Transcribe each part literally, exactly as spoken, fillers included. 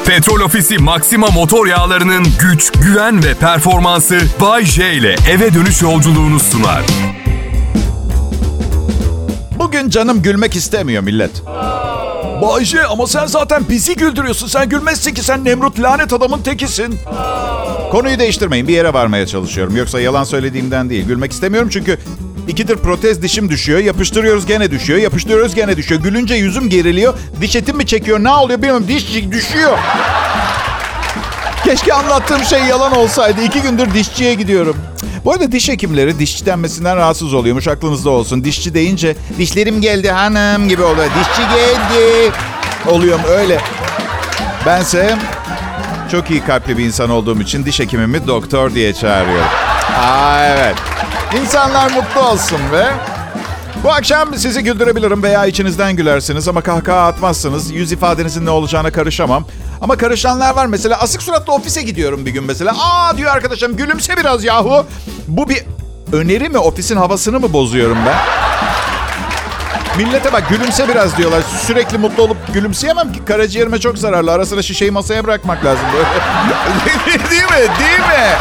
Petrol Ofisi Maxima motor yağlarının güç, güven ve performansı Bay J ile eve dönüş yolculuğunu sunar. Bugün canım gülmek istemiyor millet. Bay J, ama sen zaten bizi güldürüyorsun. Sen gülmezsin ki, sen Nemrut lanet adamın tekisin. Konuyu değiştirmeyin, bir yere varmaya çalışıyorum. Yoksa yalan söylediğimden değil. Gülmek istemiyorum çünkü ikidir protez dişim düşüyor. Yapıştırıyoruz gene düşüyor. Yapıştırıyoruz gene düşüyor. Gülünce yüzüm geriliyor. Diş etim mi çekiyor, ne oluyor bilmiyorum. Diş düşüyor. Keşke anlattığım şey yalan olsaydı. İki gündür dişçiye gidiyorum. Bu arada diş hekimleri dişçi denmesinden rahatsız oluyormuş. Aklınızda olsun. Dişçi deyince dişlerim geldi hanım gibi oluyor. Dişçi geldi oluyorum öyle. Bense çok iyi kalpli bir insan olduğum için diş hekimimi doktor diye çağırıyorum. Aa evet. İnsanlar mutlu olsun ve bu akşam sizi güldürebilirim veya içinizden gülersiniz ama kahkaha atmazsınız. Yüz ifadenizin ne olacağına karışamam. Ama karışanlar var. Mesela asık suratlı ofise gidiyorum bir gün mesela. Aa diyor arkadaşım, gülümse biraz yahu. Bu bir öneri mi? Ofisin havasını mı bozuyorum ben? Millete bak, gülümse biraz diyorlar. Sürekli mutlu olup gülümseyemem ki. Karaciğerime çok zararlı. Ara sıra şişeyi masaya bırakmak lazım. Değil mi? Değil mi?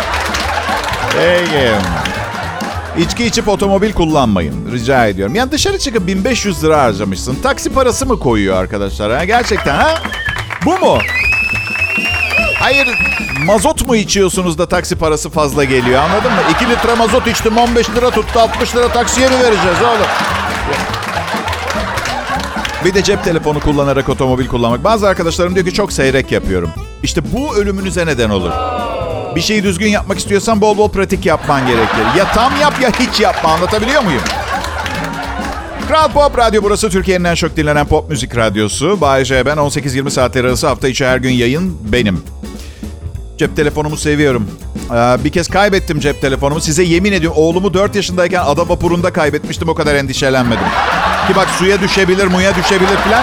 Peki. İçki içip otomobil kullanmayın. Rica ediyorum. Yani dışarı çıkıp bin beş yüz lira harcamışsın. Taksi parası mı koyuyor arkadaşlar? Ha? Gerçekten ha? Bu mu? Hayır, mazot mu içiyorsunuz da taksi parası fazla geliyor, anladın mı? iki litre mazot içtim, on beş lira tuttu, altmış lira taksiye mi vereceğiz oğlum? Bir de cep telefonu kullanarak otomobil kullanmak. Bazı arkadaşlarım diyor ki çok seyrek yapıyorum. İşte bu ölümünüze neden olur. Bir şeyi düzgün yapmak istiyorsan bol bol pratik yapman gerekir. Ya tam yap ya hiç yapma, anlatabiliyor muyum? Kral Pop Radyo burası, Türkiye'nin en çok dinlenen pop müzik radyosu. Bay J ben, on sekiz yirmi saatleri arası hafta içi her gün yayın benim. Cep telefonumu seviyorum. Ee, bir kez kaybettim cep telefonumu. Size yemin ediyorum, oğlumu dört yaşındayken ada vapurunda kaybetmiştim, o kadar endişelenmedim. Ki bak, suya düşebilir, muya düşebilir falan.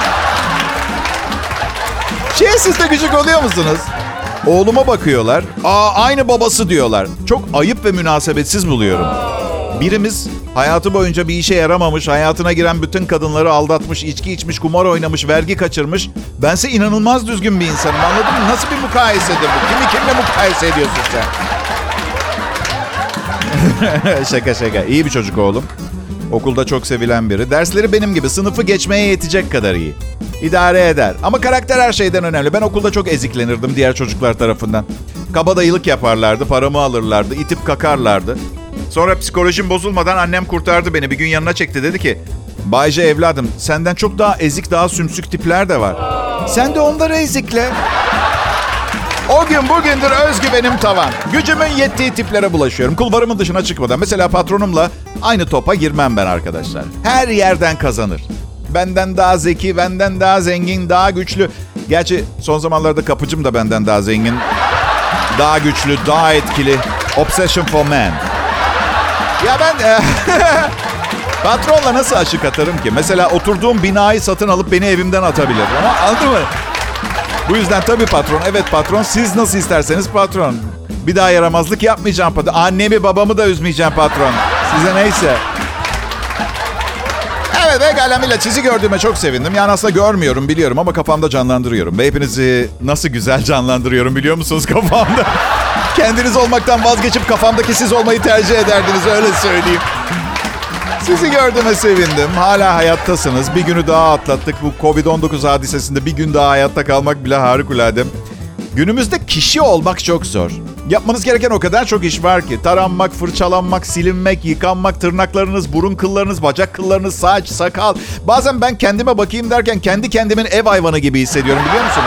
Şey, siz de küçük oluyor musunuz? Oğluma bakıyorlar. Aa, aynı babası diyorlar. Çok ayıp ve münasebetsiz buluyorum. Birimiz hayatı boyunca bir işe yaramamış, hayatına giren bütün kadınları aldatmış, içki içmiş, kumar oynamış, vergi kaçırmış. Bense inanılmaz düzgün bir insanım, anladın mı? Nasıl bir mukayesedir bu? Kimi kimle mukayese ediyorsun sen? Şaka şaka. İyi bir çocuk oğlum. Okulda çok sevilen biri. Dersleri benim gibi sınıfı geçmeye yetecek kadar iyi. İdare eder. Ama karakter her şeyden önemli. Ben okulda çok eziklenirdim diğer çocuklar tarafından. Kabadayılık yaparlardı, paramı alırlardı, itip kakarlardı. Sonra psikolojim bozulmadan annem kurtardı beni. Bir gün yanına çekti, dedi ki, Bay J evladım, senden çok daha ezik, daha sümsük tipler de var. Sen de onları ezikle. O gün bugündür özgüvenim tavan. Gücümün yettiği tiplere bulaşıyorum. Kulvarımın dışına çıkmadan. Mesela patronumla aynı topa girmem ben arkadaşlar. Her yerden kazanır. Benden daha zeki, benden daha zengin, daha güçlü. Gerçi son zamanlarda kapıcım da benden daha zengin, daha güçlü, daha etkili. Obsession for man. Ya ben e, patronla nasıl aşık atarım ki? Mesela oturduğum binayı satın alıp beni evimden atabilir. Ama anladın mı? Bu yüzden tabii patron. Evet patron, siz nasıl isterseniz patron. Bir daha yaramazlık yapmayacağım patron. Annemi babamı da üzmeyeceğim patron. Size neyse. Evet, egalamıyla çizi gördüğüme çok sevindim. Yani aslında görmüyorum, biliyorum ama kafamda canlandırıyorum. Ve hepinizi nasıl güzel canlandırıyorum biliyor musunuz kafamda? Kendiniz olmaktan vazgeçip kafamdaki siz olmayı tercih ederdiniz, öyle söyleyeyim. Sizi gördüğüme sevindim. Hala hayattasınız. Bir günü daha atlattık. Bu kovid on dokuz hadisesinde bir gün daha hayatta kalmak bile harikulade. Günümüzde kişi olmak çok zor. Yapmanız gereken o kadar çok iş var ki. Taranmak, fırçalanmak, silinmek, yıkanmak, tırnaklarınız, burun kıllarınız, bacak kıllarınız, saç, sakal. Bazen ben kendime bakayım derken kendi kendimin ev hayvanı gibi hissediyorum, biliyor musunuz?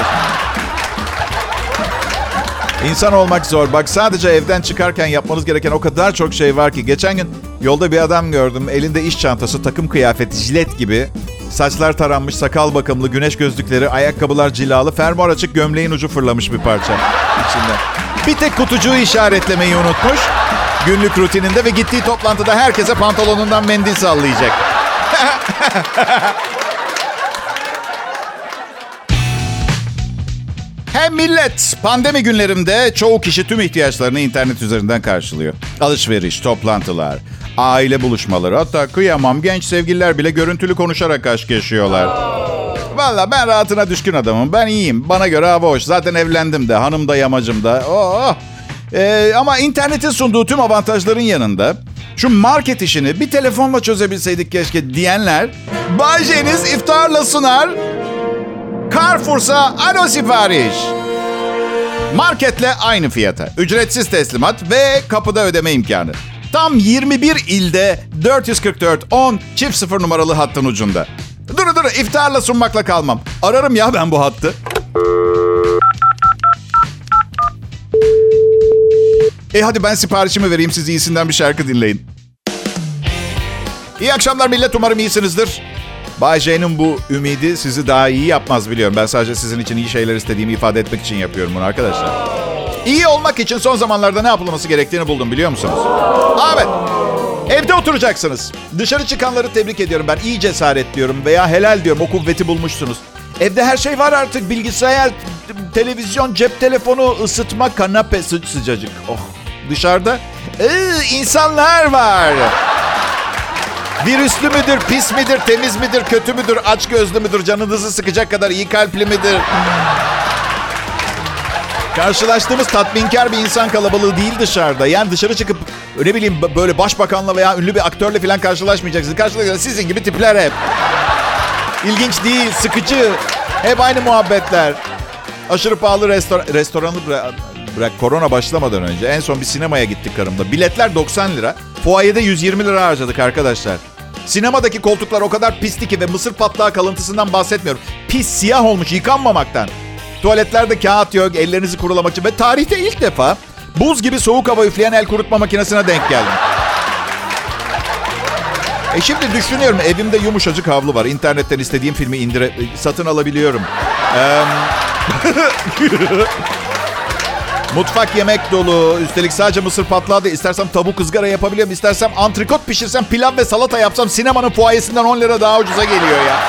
İnsan olmak zor. Bak, sadece evden çıkarken yapmanız gereken o kadar çok şey var ki. Geçen gün yolda bir adam gördüm. Elinde iş çantası, takım kıyafeti, jilet gibi. Saçlar taranmış, sakal bakımlı, güneş gözlükleri, ayakkabılar cilalı, fermuar açık, gömleğin ucu fırlamış bir parça içinde. Bir tek kutucuğu işaretlemeyi unutmuş günlük rutininde ve gittiği toplantıda herkese pantolonundan mendil sallayacak. Hem millet, pandemi günlerinde çoğu kişi tüm ihtiyaçlarını internet üzerinden karşılıyor. Alışveriş, toplantılar, aile buluşmaları, hatta kıyamam genç sevgililer bile görüntülü konuşarak aşk yaşıyorlar. Valla ben rahatına düşkün adamım. Ben iyiyim. Bana göre hava hoş. Zaten evlendim de. Hanım da yamacım da. Oh. Ee, ama internetin sunduğu tüm avantajların yanında şu market işini bir telefonla çözebilseydik keşke diyenler Bay J'niz iftarla sunar. Carrefour'sa alo sipariş. Marketle aynı fiyata. Ücretsiz teslimat ve kapıda ödeme imkanı. Tam yirmi bir ilde dört yüz kırk dört on çift sıfır numaralı hattın ucunda. Dur dur iftarla sunmakla kalmam. Ararım ya ben bu hattı. E hadi ben siparişimi vereyim, siz iyisinden bir şarkı dinleyin. İyi akşamlar millet, umarım iyisinizdir. Bay J'nin bu ümidi sizi daha iyi yapmaz biliyorum. Ben sadece sizin için iyi şeyler istediğimi ifade etmek için yapıyorum bunu arkadaşlar. İyi olmak için son zamanlarda ne yapılması gerektiğini buldum biliyor musunuz? Evet. Evde oturacaksınız. Dışarı çıkanları tebrik ediyorum. Ben iyi cesaret diyorum veya helal diyorum. O kuvveti bulmuşsunuz. Evde her şey var artık. Bilgisayar, televizyon, cep telefonu, ısıtma, kanape, sı- sıcacık. Oh. Dışarıda ıı, insanlar var. Virüslü müdür, pis midir, temiz midir, kötü müdür, açgözlü müdür, canınızı sıkacak kadar iyi kalpli midir? Karşılaştığımız tatminkar bir insan kalabalığı değil dışarıda. Yani dışarı çıkıp ne bileyim böyle başbakanla veya ünlü bir aktörle falan karşılaşmayacaksınız. Karşılaşacaksınız sizin gibi tipler hep. İlginç değil, sıkıcı. Hep aynı muhabbetler. Aşırı pahalı restoran... Restoranı bırak, bırak korona başlamadan önce. En son bir sinemaya gittik karımla. Biletler doksan lira. Fuayede yüz yirmi lira harcadık arkadaşlar. Sinemadaki koltuklar o kadar pisti ki ve mısır patlağı kalıntısından bahsetmiyorum. Pis, siyah olmuş, yıkanmamaktan. Tuvaletlerde kağıt yok, ellerinizi kurulamak için. Ve tarihte ilk defa buz gibi soğuk hava üfleyen el kurutma makinesine denk geldim. E şimdi düşünüyorum, evimde yumuşacık havlu var. İnternetten istediğim filmi indire, satın alabiliyorum. Ee, mutfak yemek dolu. Üstelik sadece mısır patlağı değil. İstersem tavuk ızgara yapabiliyorum. İstersem antrikot pişirsem, pilav ve salata yapsam sinemanın fuayesinden on lira daha ucuza geliyor ya.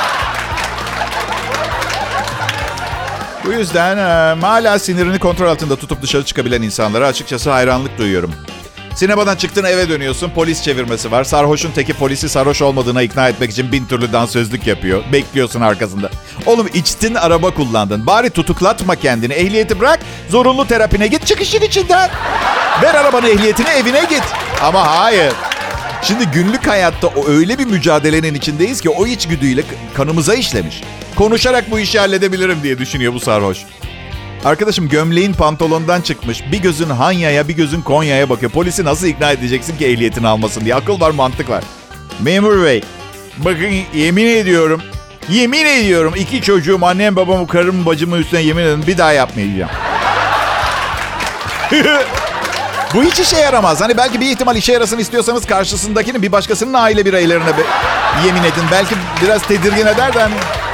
Bu yüzden e, hala sinirini kontrol altında tutup dışarı çıkabilen insanlara açıkçası hayranlık duyuyorum. Sinemadan çıktın, eve dönüyorsun, polis çevirmesi var. Sarhoşun teki polisi sarhoş olmadığına ikna etmek için bin türlü dansözlük yapıyor. Bekliyorsun arkasında. Oğlum içtin, araba kullandın. Bari tutuklatma kendini. Ehliyeti bırak, zorunlu terapine git, çık işin içinden. Ver arabanın ehliyetini, evine git. Ama hayır. Şimdi günlük hayatta o öyle bir mücadelenin içindeyiz ki o içgüdüyle kanımıza işlemiş. Konuşarak bu işi halledebilirim diye düşünüyor bu sarhoş. Arkadaşım gömleğin pantolondan çıkmış. Bir gözün Hanya'ya, bir gözün Konya'ya bakıyor. Polisi nasıl ikna edeceksin ki ehliyetini almasın diye. Akıl var, mantık var. Memur bey, bakın yemin ediyorum, yemin ediyorum iki çocuğum, annem, babamı, karımı, bacımı üstüne yemin ederim bir daha yapmayacağım. Bu hiç işe yaramaz. Hani belki bir ihtimal işe yarasın istiyorsanız karşısındakini bir başkasının aile bireylerine be- yemin edin. Belki biraz tedirgin eder de hani...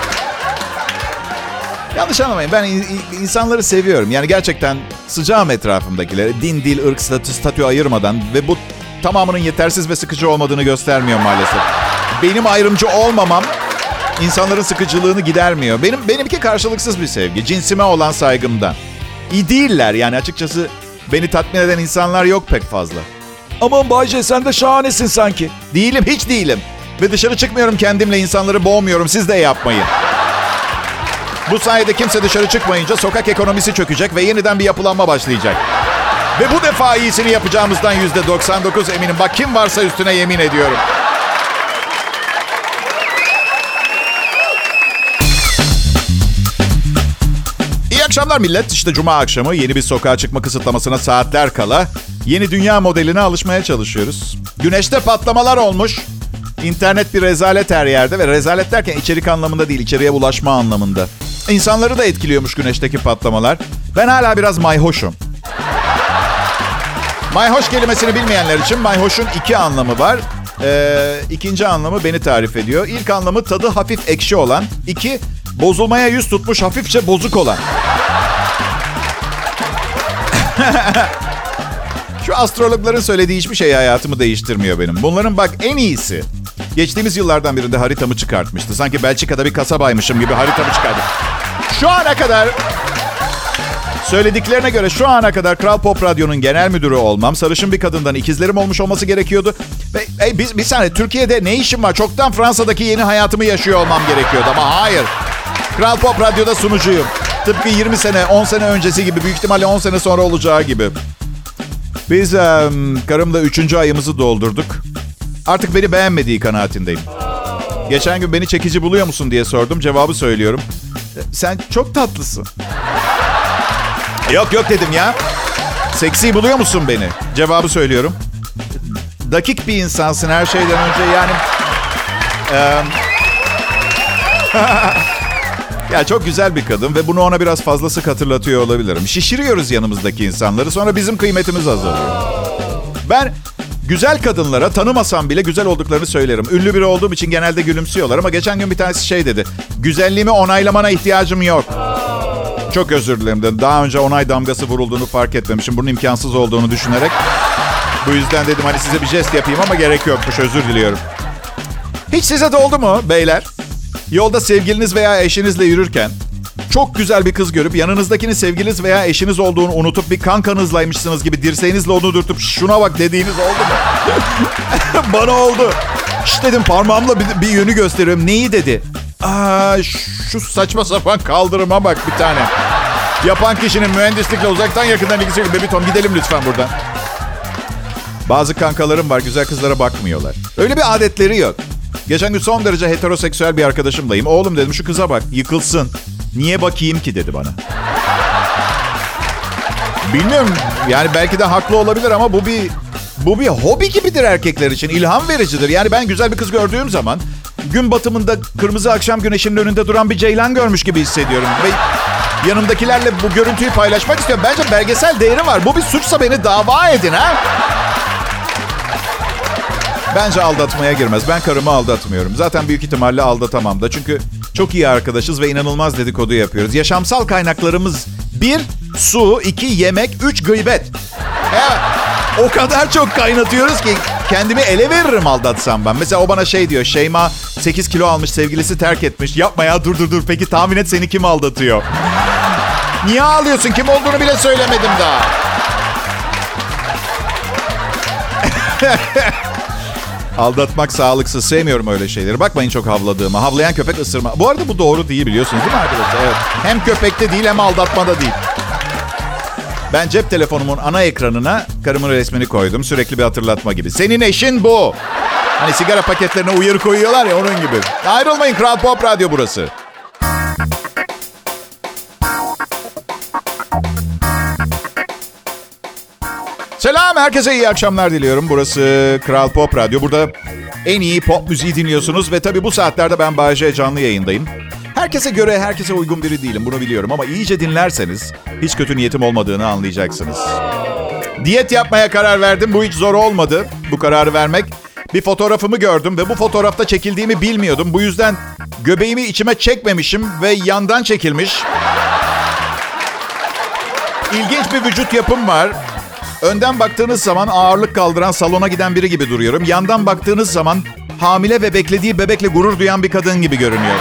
Yanlış anlamayın. Ben insanları seviyorum. Yani gerçekten sıcağım etrafımdakilere. Din, dil, ırk, statü, statü ayırmadan ve bu tamamının yetersiz ve sıkıcı olmadığını göstermiyor maalesef. Benim ayrımcı olmamam insanların sıkıcılığını gidermiyor. Benim benimki karşılıksız bir sevgi. Cinsime olan saygımdan. İyi değiller yani açıkçası. Beni tatmin eden insanlar yok pek fazla. Aman Bayce sen de şahanesin sanki. Değilim, hiç değilim. Ve dışarı çıkmıyorum kendimle, insanları boğmuyorum. Siz de yapmayın. Bu sayede kimse dışarı çıkmayınca sokak ekonomisi çökecek ve yeniden bir yapılanma başlayacak. Ve bu defa iyisini yapacağımızdan yüzde doksan dokuz eminim. Bak kim varsa üstüne yemin ediyorum. İyi akşamlar millet. İşte cuma akşamı yeni bir sokağa çıkma kısıtlamasına saatler kala yeni dünya modeline alışmaya çalışıyoruz. Güneşte patlamalar olmuş. İnternet bir rezalet her yerde ve rezalet derken içerik anlamında değil, içeriye ulaşma anlamında. İnsanları da etkiliyormuş güneşteki patlamalar. Ben hala biraz mayhoşum. Mayhoş kelimesini bilmeyenler için mayhoşun iki anlamı var. Ee, ikinci anlamı beni tarif ediyor. İlk anlamı tadı hafif ekşi olan. İki, bozulmaya yüz tutmuş hafifçe bozuk olan. Şu astrologların söylediği hiçbir şey hayatımı değiştirmiyor benim. Bunların bak en iyisi. Geçtiğimiz yıllardan birinde haritamı çıkartmıştı. Sanki Belçika'da bir kasabaymışım gibi haritamı çıkardı. Şu ana kadar söylediklerine göre şu ana kadar Kral Pop Radyo'nun genel müdürü olmam, sarışın bir kadından ikizlerim olmuş olması gerekiyordu. Ve hey, bir, bir saniye Türkiye'de ne işim var? Çoktan Fransa'daki yeni hayatımı yaşıyor olmam gerekiyordu ama hayır. Kral Pop Radyo'da sunucuyum. Tıpkı yirmi sene, on sene öncesi gibi, büyük ihtimalle on sene sonra olacağı gibi. Biz e, karımla üçüncü ayımızı doldurduk. Artık beni beğenmediği kanaatindeyim. Geçen gün beni çekici buluyor musun diye sordum. Cevabı söylüyorum. Sen çok tatlısın. Yok yok dedim ya. Seksi buluyor musun beni? Cevabı söylüyorum. Dakik bir insansın her şeyden önce yani. Ee, ya çok güzel bir kadın ve bunu ona biraz fazla sık hatırlatıyor olabilirim. Şişiriyoruz yanımızdaki insanları, sonra bizim kıymetimiz azalıyor. Ben güzel kadınlara tanımasam bile güzel olduklarını söylerim. Ünlü biri olduğum için genelde gülümsüyorlar ama geçen gün bir tanesi şey dedi. Güzelliğimi onaylamana ihtiyacım yok. Çok özür dilerim dedim. Daha önce onay damgası vurulduğunu fark etmemişim. Bunun imkansız olduğunu düşünerek. Bu yüzden dedim hani size bir jest yapayım ama gerek yokmuş. Özür diliyorum. Hiç size de oldu mu beyler? Yolda sevgiliniz veya eşinizle yürürken çok güzel bir kız görüp yanınızdakinin sevgiliniz veya eşiniz olduğunu unutup bir kankanızlaymışsınız gibi dirseğinizle onu dürtüp şuna bak dediğiniz oldu mu? Bana oldu. Şşt dedim, parmağımla bir, bir yönü gösteriyorum. Neyi dedi? Aa, şu saçma sapan kaldırıma bak bir tane. Yapan kişinin mühendislikle uzaktan yakından ilgisi yok. Bebitom gidelim lütfen buradan. Bazı kankalarım var, güzel kızlara bakmıyorlar. Öyle bir adetleri yok. Geçen gün son derece heteroseksüel bir arkadaşımlayım. Oğlum dedim, şu kıza bak, yıkılsın. Niye bakayım ki dedi bana. Bilmiyorum yani, belki de haklı olabilir ama bu bir bu bir hobi gibidir erkekler için. İlham vericidir. Yani ben güzel bir kız gördüğüm zaman gün batımında kırmızı akşam güneşinin önünde duran bir ceylan görmüş gibi hissediyorum. Ve yanımdakilerle bu görüntüyü paylaşmak istiyorum. Bence belgesel değeri var. Bu bir suçsa beni dava edin ha. Bence aldatmaya girmez. Ben karımı aldatmıyorum. Zaten büyük ihtimalle aldatamam da. Çünkü çok iyi arkadaşız ve inanılmaz dedikodu yapıyoruz. Yaşamsal kaynaklarımız bir, su, iki, yemek, üç, gıybet. Evet. O kadar çok kaynatıyoruz ki kendimi ele veririm aldatsam ben. Mesela o bana şey diyor. Şeyma sekiz kilo almış, sevgilisi terk etmiş. Yapma ya, dur dur dur. Peki tahmin et, seni kim aldatıyor? Niye ağlıyorsun? Kim olduğunu bile söylemedim daha. Aldatmak sağlıksız. Sevmiyorum öyle şeyleri. Bakmayın çok havladığıma. Havlayan köpek ısırma. Bu arada bu doğru değil, biliyorsunuz değil mi arkadaşlar? Evet. Hem köpekte değil hem aldatmada değil. Ben cep telefonumun ana ekranına karımın resmini koydum. Sürekli bir hatırlatma gibi. Senin eşin bu. Hani sigara paketlerine uyarı koyuyorlar ya, onun gibi. Ayrılmayın, Kral Pop Radyo burası. Selam, herkese iyi akşamlar diliyorum. Burası Kral Pop Radyo. Burada en iyi pop müziği dinliyorsunuz ve tabii bu saatlerde ben Bay J canlı yayındayım. Herkese göre, herkese uygun biri değilim, bunu biliyorum ama iyice dinlerseniz hiç kötü niyetim olmadığını anlayacaksınız. Diyet yapmaya karar verdim. Bu hiç zor olmadı, bu kararı vermek. Bir fotoğrafımı gördüm ve bu fotoğrafta çekildiğimi bilmiyordum. Bu yüzden göbeğimi içime çekmemişim ve yandan çekilmiş. İlginç bir vücut yapım var. Önden baktığınız zaman ağırlık kaldıran, salona giden biri gibi duruyorum. Yandan baktığınız zaman hamile ve beklediği bebekle gurur duyan bir kadın gibi görünüyorum.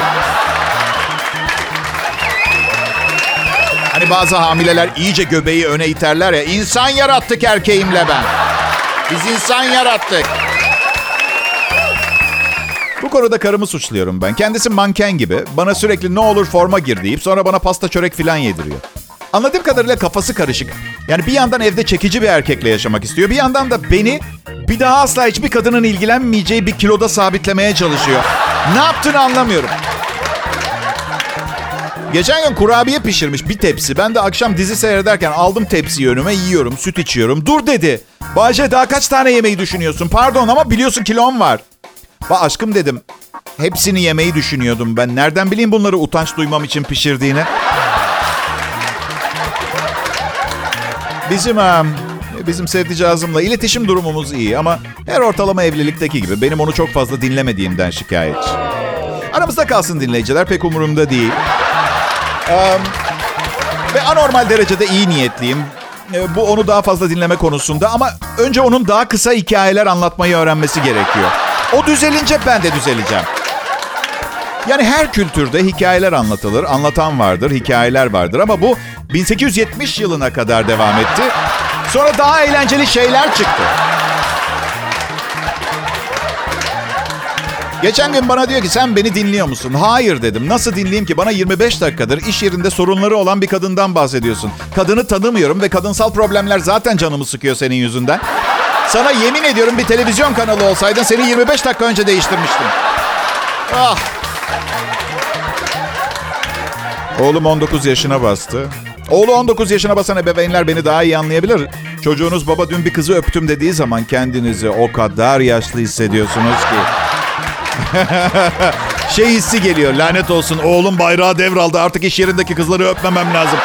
Hani bazı hamileler iyice göbeği öne iterler ya. İnsan yarattık erkeğimle ben. Biz insan yarattık. Bu konuda karımı suçluyorum ben. Kendisi manken gibi. Bana sürekli ne olur forma gir deyip sonra bana pasta çörek falan yediriyor. Anladığım kadarıyla kafası karışık. Yani bir yandan evde çekici bir erkekle yaşamak istiyor. Bir yandan da beni bir daha asla hiçbir kadının ilgilenmeyeceği bir kiloda sabitlemeye çalışıyor. Ne yaptığını anlamıyorum. Geçen gün kurabiye pişirmiş bir tepsi. Ben de akşam dizi seyrederken aldım tepsiyi önüme, yiyorum, süt içiyorum. Dur dedi. Bahçe, daha kaç tane yemeği düşünüyorsun? Pardon ama biliyorsun kilom var. Ba aşkım dedim. Hepsini yemeyi düşünüyordum ben. Nereden bileyim bunları utanç duymam için pişirdiğini? Bizim bizim sevdicazımla iletişim durumumuz iyi ama her ortalama evlilikteki gibi benim onu çok fazla dinlemediğimden şikayetçi. Aramızda kalsın dinleyiciler, pek umurumda değil. Ee, ve anormal derecede iyi niyetliyim. Ee, bu onu daha fazla dinleme konusunda ama önce onun daha kısa hikayeler anlatmayı öğrenmesi gerekiyor. O düzelince ben de düzeleceğim. Yani her kültürde hikayeler anlatılır, anlatan vardır, hikayeler vardır ama bu bin sekiz yüz yetmiş yılına kadar devam etti. Sonra daha eğlenceli şeyler çıktı. Geçen gün bana diyor ki sen beni dinliyor musun? Hayır dedim. Nasıl dinleyeyim ki? Bana yirmi beş dakikadır iş yerinde sorunları olan bir kadından bahsediyorsun. Kadını tanımıyorum ve kadınsal problemler zaten canımı sıkıyor senin yüzünden. Sana yemin ediyorum bir televizyon kanalı olsaydın seni yirmi beş dakika önce değiştirmiştim. Ah. Oğlum on dokuz yaşına bastı. Oğlu on dokuz yaşına basan ebeveynler beni daha iyi anlayabilir. Çocuğunuz baba dün bir kızı öptüm dediği zaman kendinizi o kadar yaşlı hissediyorsunuz ki. Şey hissi geliyor, lanet olsun oğlum bayrağı devraldı, artık iş yerindeki kızları öpmemem lazım.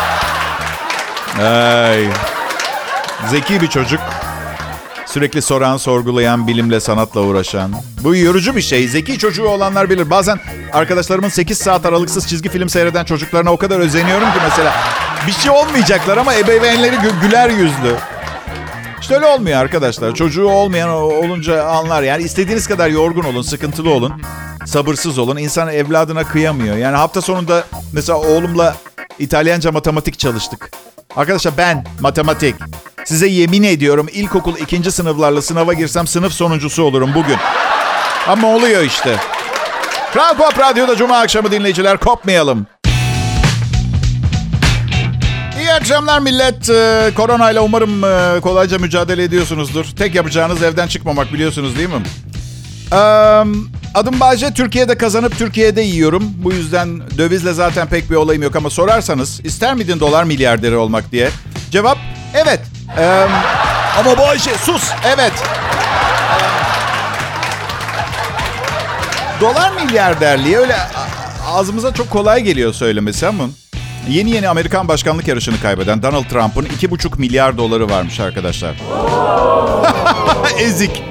Ay. Zeki bir çocuk. Sürekli soran, sorgulayan, bilimle, sanatla uğraşan. Bu yorucu bir şey. Zeki çocuğu olanlar bilir. Bazen arkadaşlarımın sekiz saat aralıksız çizgi film seyreden çocuklarına o kadar özeniyorum ki mesela. Bir şey olmayacaklar ama ebeveynleri gü- güler yüzlü. İşte öyle olmuyor arkadaşlar. Çocuğu olmayan olunca anlar. Yani istediğiniz kadar yorgun olun, sıkıntılı olun. Sabırsız olun. İnsan evladına kıyamıyor. Yani hafta sonunda mesela oğlumla İtalyanca matematik çalıştık. Arkadaşlar ben matematik. Size yemin ediyorum ilkokul ikinci sınıflarla sınava girsem sınıf sonuncusu olurum bugün. Ama oluyor işte. Kral Pop Radyo'da Cuma akşamı dinleyiciler, kopmayalım. İyi akşamlar millet. Ee, koronayla umarım e, kolayca mücadele ediyorsunuzdur. Tek yapacağınız evden çıkmamak, biliyorsunuz değil mi? Ee, adım Bayce. Türkiye'de kazanıp Türkiye'de yiyorum. Bu yüzden dövizle zaten pek bir olayım yok ama sorarsanız ister miydin dolar milyarderi olmak diye? Cevap evet. Ee, ama Bayce sus. Evet. Ee, dolar milyarderliği öyle ağzımıza çok kolay geliyor söylemesi ama yeni yeni Amerikan başkanlık yarışını kaybeden Donald Trump'ın iki buçuk milyar doları varmış arkadaşlar. Ezik.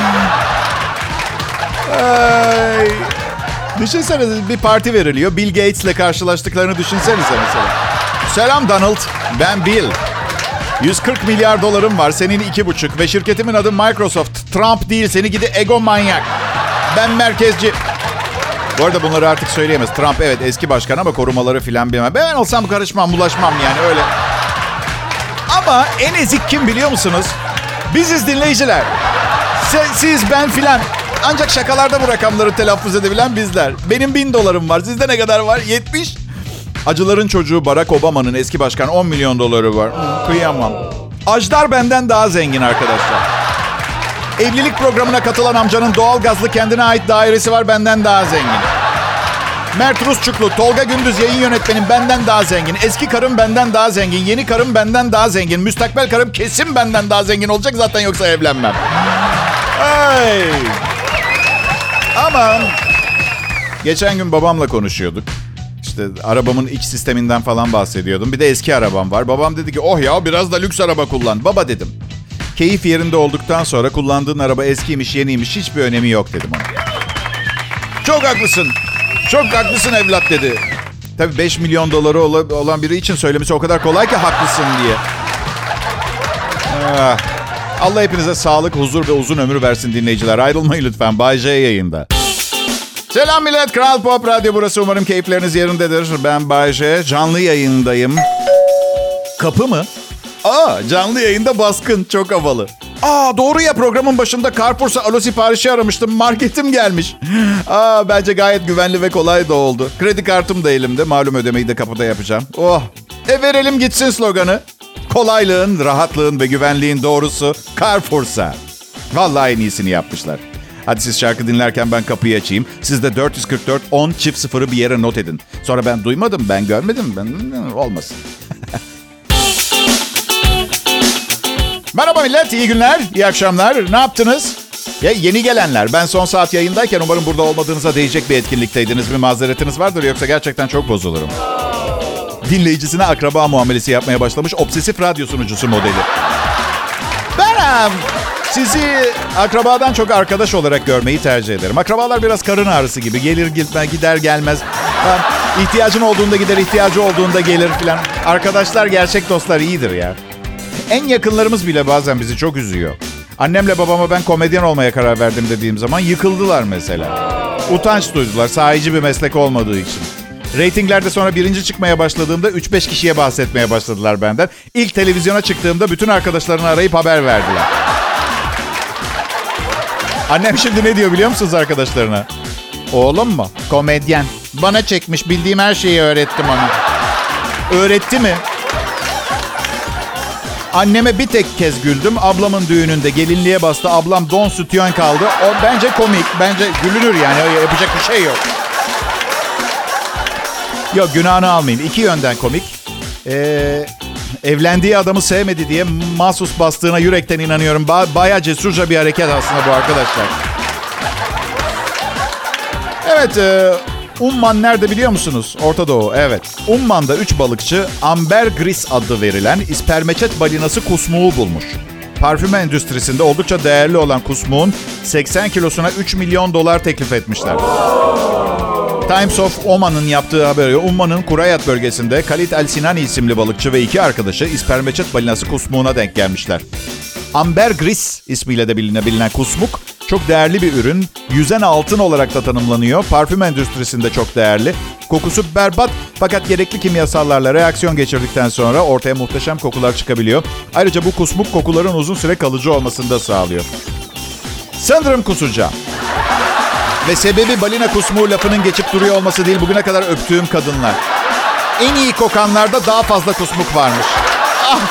Ay. Düşünsenize bir parti veriliyor. Bill Gates'le karşılaştıklarını düşünsenize mesela. Selam Donald, ben Bill. yüz kırk milyar dolarım var, senin iki buçuk ve şirketimin adı Microsoft. Trump değil, seni gidi ego manyak. Ben merkezci. Bu arada bunları artık söyleyemez. Trump evet eski başkan ama korumaları filan bilmem. Ben olsam karışmam, bulaşmam yani öyle. Ama en ezik kim biliyor musunuz? Biziz dinleyiciler. Siz, siz ben filan. Ancak şakalarda bu rakamları telaffuz edebilen bizler. Benim bin dolarım var. Sizde ne kadar var? yetmiş. Acıların çocuğu Barack Obama'nın eski başkan on milyon doları var. Hmm, kıyamam. Ajdar benden daha zengin arkadaşlar. Evlilik programına katılan amcanın doğalgazlı kendine ait dairesi var, benden daha zengin. Mert Rusçuklu, Tolga Gündüz yayın yönetmenim benden daha zengin. Eski karım benden daha zengin. Yeni karım benden daha zengin. Müstakbel karım kesin benden daha zengin olacak zaten, yoksa evlenmem. Ay. Ama geçen gün babamla konuşuyorduk. İşte arabamın iç sisteminden falan bahsediyordum. Bir de eski arabam var. Babam dedi ki oh ya biraz da lüks araba kullan. Baba dedim. Keyif yerinde olduktan sonra kullandığın araba eskiymiş yeniymiş hiçbir önemi yok dedim ona. Çok haklısın. Çok haklısın evlat dedi. Tabii beş milyon doları olan biri için söylemesi o kadar kolay ki haklısın diye. Ah. Allah hepinize sağlık, huzur ve uzun ömür versin dinleyiciler. Ayrılmayın lütfen. Bay J yayında. Selam millet. Kral Pop Radyo burası. Umarım keyifleriniz yerindedir. Ben Bay J. Canlı yayındayım. Kapı mı? Aa, canlı yayında baskın. Çok havalı. Aa, doğru ya, programın başında Carrefour'sa alo siparişi aramıştım. Marketim gelmiş. Aa, bence gayet güvenli ve kolay da oldu. Kredi kartım da elimde. Malum ödemeyi de kapıda yapacağım. Oh. E verelim gitsin sloganı. Kolaylığın, rahatlığın ve güvenliğin doğrusu Carrefour'sa. Vallahi en iyisini yapmışlar. Hadi siz şarkı dinlerken ben kapıyı açayım. Siz de dört yüz kırk dört on çift sıfırı bir yere not edin. Sonra ben duymadım, ben görmedim. Ben olmasın. Merhaba millet, iyi günler, iyi akşamlar. Ne yaptınız? Ya yeni gelenler, ben son saat yayındayken umarım burada olmadığınıza değecek bir etkinlikteydiniz. Bir mazeretiniz vardır, yoksa gerçekten çok bozulurum. Dinleyicisine akraba muamelesi yapmaya başlamış obsesif radyo sunucusu modeli. Ben sizi akrabadan çok arkadaş olarak görmeyi tercih ederim. Akrabalar biraz karın ağrısı gibi. Gelir gitmez, gider gelmez. İhtiyacın olduğunda gider, ihtiyacı olduğunda gelir filan. Arkadaşlar gerçek dostlar iyidir ya. En yakınlarımız bile bazen bizi çok üzüyor. Annemle babama ben komedyen olmaya karar verdim dediğim zaman yıkıldılar mesela. Utanç duydular sahici bir meslek olmadığı için. Reytinglerde sonra birinci çıkmaya başladığımda üç beş kişiye bahsetmeye başladılar benden. İlk televizyona çıktığımda bütün arkadaşlarını arayıp haber verdiler. Annem şimdi ne diyor biliyor musunuz arkadaşlarına? Oğlum mu? Komedyen. Bana çekmiş, bildiğim her şeyi öğrettim ona. Öğretti mi? Anneme bir tek kez güldüm. Ablamın düğününde gelinliğe bastı. Ablam don sütyen kaldı. O bence komik. Bence gülünür yani. Yapacak bir şey yok. Yok, günahını almayayım. İki yönden komik. Ee, evlendiği adamı sevmedi diye mahsus bastığına yürekten inanıyorum. Ba- bayağı cesurca bir hareket aslında bu arkadaşlar. Evet, e, Umman nerede biliyor musunuz? Orta Doğu, evet. Umman'da üç balıkçı ambergris adı verilen ispermeçet balinası kusmuğu bulmuş. Parfüm endüstrisinde oldukça değerli olan kusmuğun seksen kilosuna üç milyon dolar teklif etmişler. Times of Oman'ın yaptığı haberi, Umman'ın Kurayat bölgesinde Khalid El Sinani isimli balıkçı ve iki arkadaşı ispermeçet balinası kusmuğuna denk gelmişler. Ambergris ismiyle de bilinen, bilinen kusmuk çok değerli bir ürün. Yüzen altın olarak da tanımlanıyor. Parfüm endüstrisinde çok değerli. Kokusu berbat fakat gerekli kimyasallarla reaksiyon geçirdikten sonra ortaya muhteşem kokular çıkabiliyor. Ayrıca bu kusmuk kokuların uzun süre kalıcı olmasını da sağlıyor. Sanırım kusacağım. Ve sebebi balina kusmuğu lafının geçip duruyor olması değil, bugüne kadar öptüğüm kadınlar. En iyi kokanlarda daha fazla kusmuk varmış. Ah!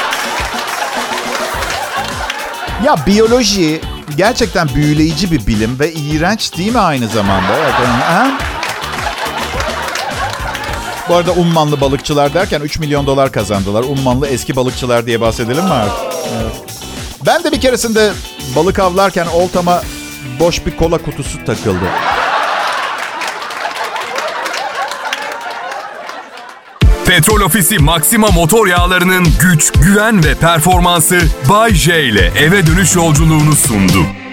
Ya biyoloji gerçekten büyüleyici bir bilim ve iğrenç değil mi aynı zamanda? Evet, ha? Bu arada Ummanlı balıkçılar derken üç milyon dolar kazandılar. Ummanlı eski balıkçılar diye bahsedelim mi artık? Evet. Ben de bir keresinde balık avlarken oltama boş bir kola kutusu takıldı. Petrol Ofisi Maxima motor yağlarının güç, güven ve performansı Bay J ile eve dönüş yolculuğunu sundu.